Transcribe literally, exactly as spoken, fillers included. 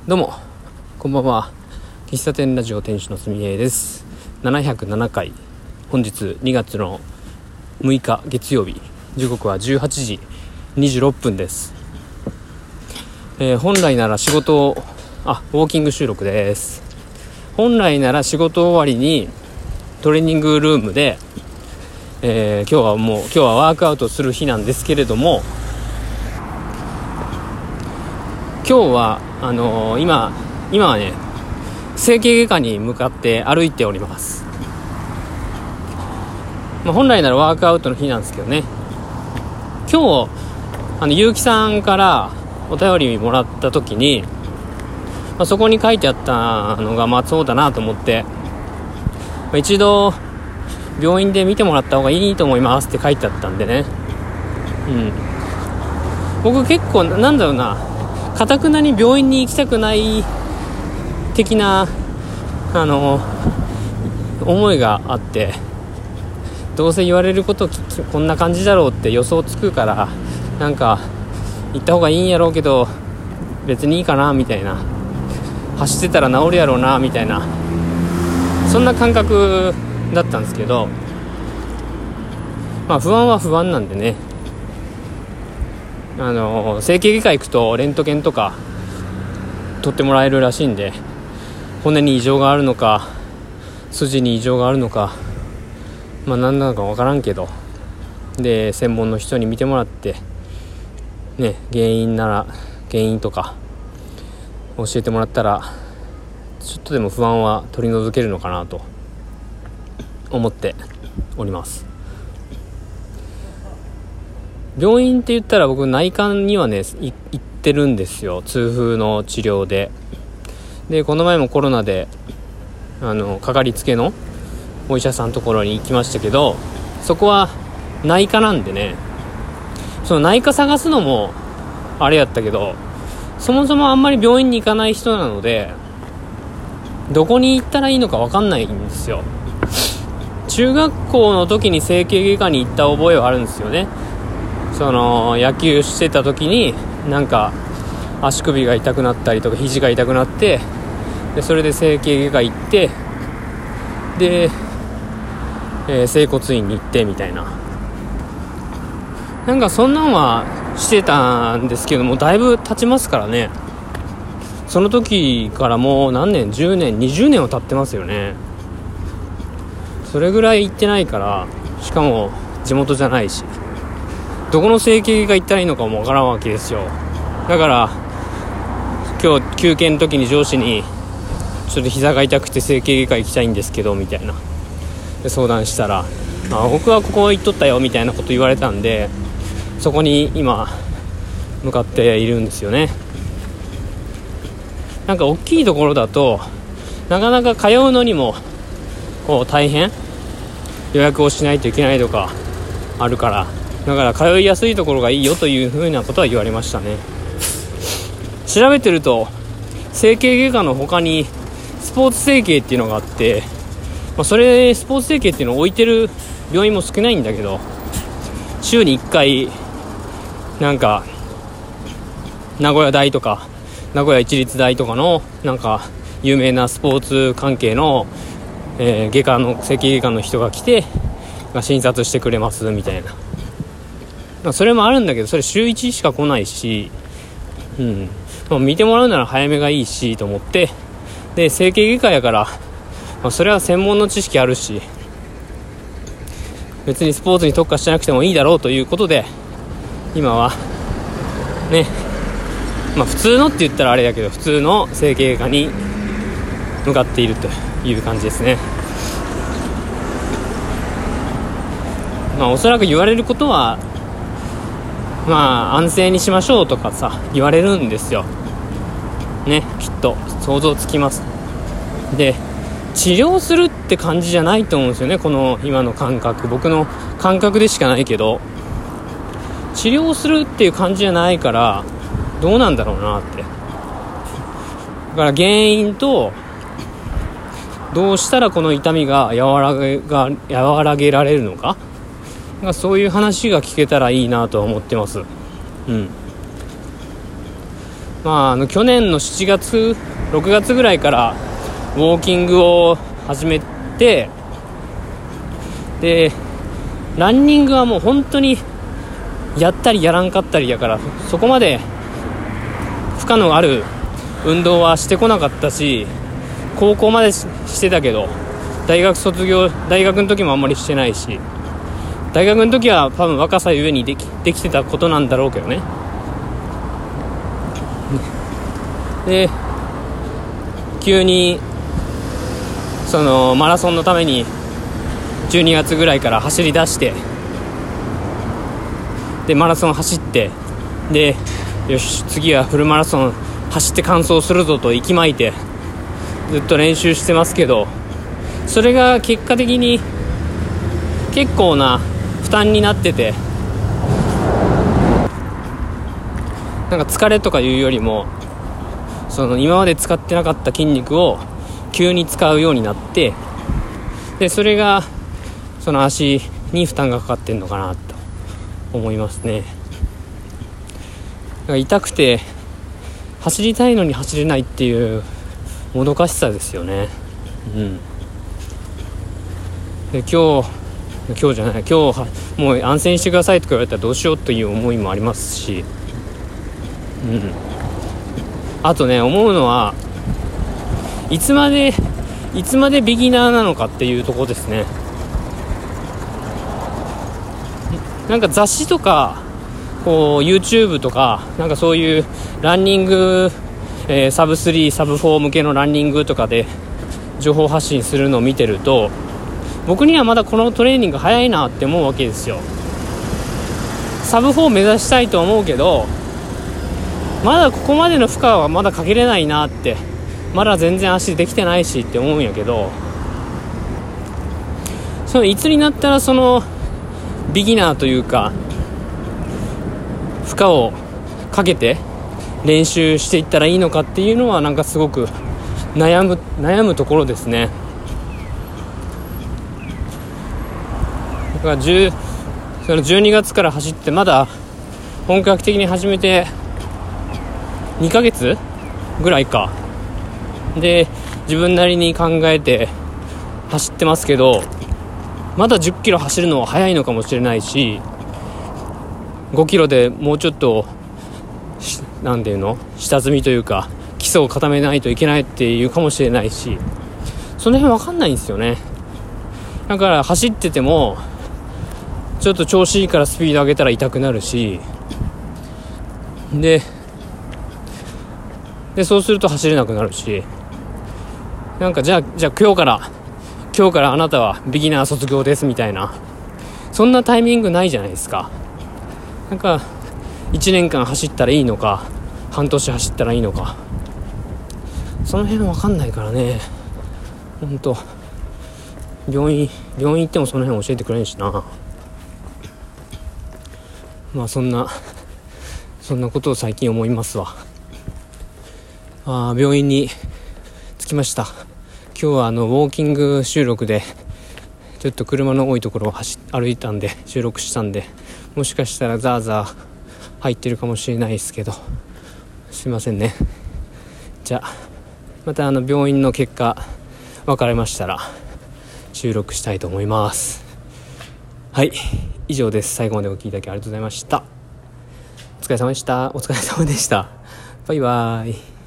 どうもこんばんは。喫茶店ラジオ店主のすみえです。ななひゃくななかい、本日にがつのむいか月曜日、時刻はじゅうはちじにじゅうろっぷんです。えー、本来なら仕事をあウォーキング収録です。本来なら仕事終わりにトレーニングルームで、えー、今日はもう今日はワークアウトする日なんですけれども、今日はあのー、今今はね整形外科に向かって歩いております。まあ、本来ならワークアウトの日なんですけどね、今日あの結城さんからお便りもらった時に、まあ、そこに書いてあったのがまあそうだなと思って、まあ、一度病院で見てもらった方がいいと思いますって書いてあったんでね、うん僕結構なんだろうなかたくなに病院に行きたくない的なあの思いがあって、どうせ言われることこんな感じだろうって予想つくから、なんか行った方がいいんやろうけど別にいいかなみたいな、走ってたら治るやろうなみたいな、そんな感覚だったんですけど、まあ不安は不安なんでね、あの整形外科行くとレントゲンとか取ってもらえるらしいんで、骨に異常があるのか筋に異常があるのかまあ何なのか分からんけど、で専門の人に見てもらってね、原因なら原因とか教えてもらったらちょっとでも不安は取り除けるのかなと思っております。病院って言ったら僕内科にはね行ってるんですよ、痛風の治療で。でこの前もコロナであのかかりつけのお医者さんのところに行きましたけど、そこは内科なんでね、その内科探すのもあれやったけど、そもそもあんまり病院に行かない人なのでどこに行ったらいいのか分かんないんですよ。中学校の時に整形外科に行った覚えはあるんですよね。その野球してた時になんか足首が痛くなったりとか肘が痛くなって、でそれで整形外科行って、で、えー、整骨院に行ってみたいな、なんかそんなんはしてたんですけども、だいぶ経ちますからね。その時からもう何年、じゅうねんにじゅうねんは経ってますよね。それぐらい行ってないから、しかも地元じゃないし、どこの整形外科行ったらいいのかもわからんわけですよ。だから今日休憩の時に上司にちょっと膝が痛くて整形外科行きたいんですけどみたいなで相談したら、あ僕はここ行っとったよみたいなこと言われたんで、そこに今向かっているんですよね。なんか大きいところだとなかなか通うのにもこう大変、予約をしないといけないとかあるから、だから通いやすいところがいいよというふうなことは言われましたね。調べてると整形外科の他にスポーツ整形っていうのがあって、まあ、それスポーツ整形っていうのを置いてる病院も少ないんだけど、週にいっかいなんか名古屋大とか名古屋市立大とかのなんか有名なスポーツ関係の、えー、外科の整形外科の人が来て診察してくれますみたいな、まあ、それもあるんだけど、それ週いちしか来ないし、うんまあ、見てもらうなら早めがいいしと思って、で整形外科やから、まあ、それは専門の知識あるし別にスポーツに特化してなくてもいいだろうということで、今はね、まあ普通のって言ったらあれだけど普通の整形外科に向かっているという感じですね。まあおそらく言われることはまあ安静にしましょうとかさ言われるんですよね、きっと想像つきます。で治療するって感じじゃないと思うんですよね、この今の感覚、僕の感覚でしかないけど治療するっていう感じじゃないからどうなんだろうなって。だから原因とどうしたらこの痛みが和らげが和らげられるのか、そういう話が聞けたらいいなと思ってます。うんまあ、あの去年のしちがつろくがつぐらいからウォーキングを始めて、でランニングはもう本当にやったりやらんかったりだから、そこまで負荷のある運動はしてこなかったし、高校まで し, してたけど大学卒業大学の時もあんまりしてないし、大学の時は多分若さゆえにで き, できてたことなんだろうけどね。で急にそのマラソンのためにじゅうにがつぐらいから走り出して、でマラソン走って、でよし次はフルマラソン走って完走するぞと息巻いてずっと練習してますけど、それが結果的に結構な負担になってて、なんか疲れとかいうよりも、その今まで使ってなかった筋肉を急に使うようになって、でそれがその足に負担がかかってんのかなと思いますね。だから痛くて走りたいのに走れないっていうもどかしさですよね。うんで今日今日じゃない今日もう安静にしてくださいとか言われたらどうしようという思いもありますし、うんあとね思うのはいつまでいつまでビギナーなのかっていうところですね。なんか雑誌とかこう YouTube とかなんかそういうランニング、えー、サブスリーサブフォー向けのランニングとかで情報発信するのを見てると、僕にはまだこのトレーニング早いなって思うわけですよ。サブフォー目指したいと思うけど、まだここまでの負荷はまだかけれないなって、まだ全然足できてないしって思うんやけど、そのいつになったらそのビギナーというか負荷をかけて練習していったらいいのかっていうのはなんかすごく悩む悩むところですね。だから10そのじゅうにがつから走ってまだ本格的に始めてにかげつぐらいかで、自分なりに考えて走ってますけど、まだじゅっキロ走るのは早いのかもしれないし、ごキロでもうちょっとなんていうの下積みというか基礎を固めないといけないっていうかもしれないし、その辺分かんないんですよね。だから走っててもちょっと調子いいからスピード上げたら痛くなるし、ででそうすると走れなくなるし、なんかじゃあじゃあ今日から今日からあなたはビギナー卒業ですみたいな、そんなタイミングないじゃないですか。なんかいちねんかん走ったらいいのか半年走ったらいいのか、その辺分かんないからね。ほんと病院病院行ってもその辺教えてくれんしな。まあそんなそんなことを最近思いますわ。あ病院に着きました。今日はあのウォーキング収録でちょっと車の多いところを走歩いたんで収録したんで、もしかしたらザーザー入ってるかもしれないですけど、すいませんね。じゃあまたあの病院の結果分かれましたら収録したいと思います。はい以上です。最後までお聞きいただきありがとうございました。お疲れ様でした。お疲れ様でした。バイバイ。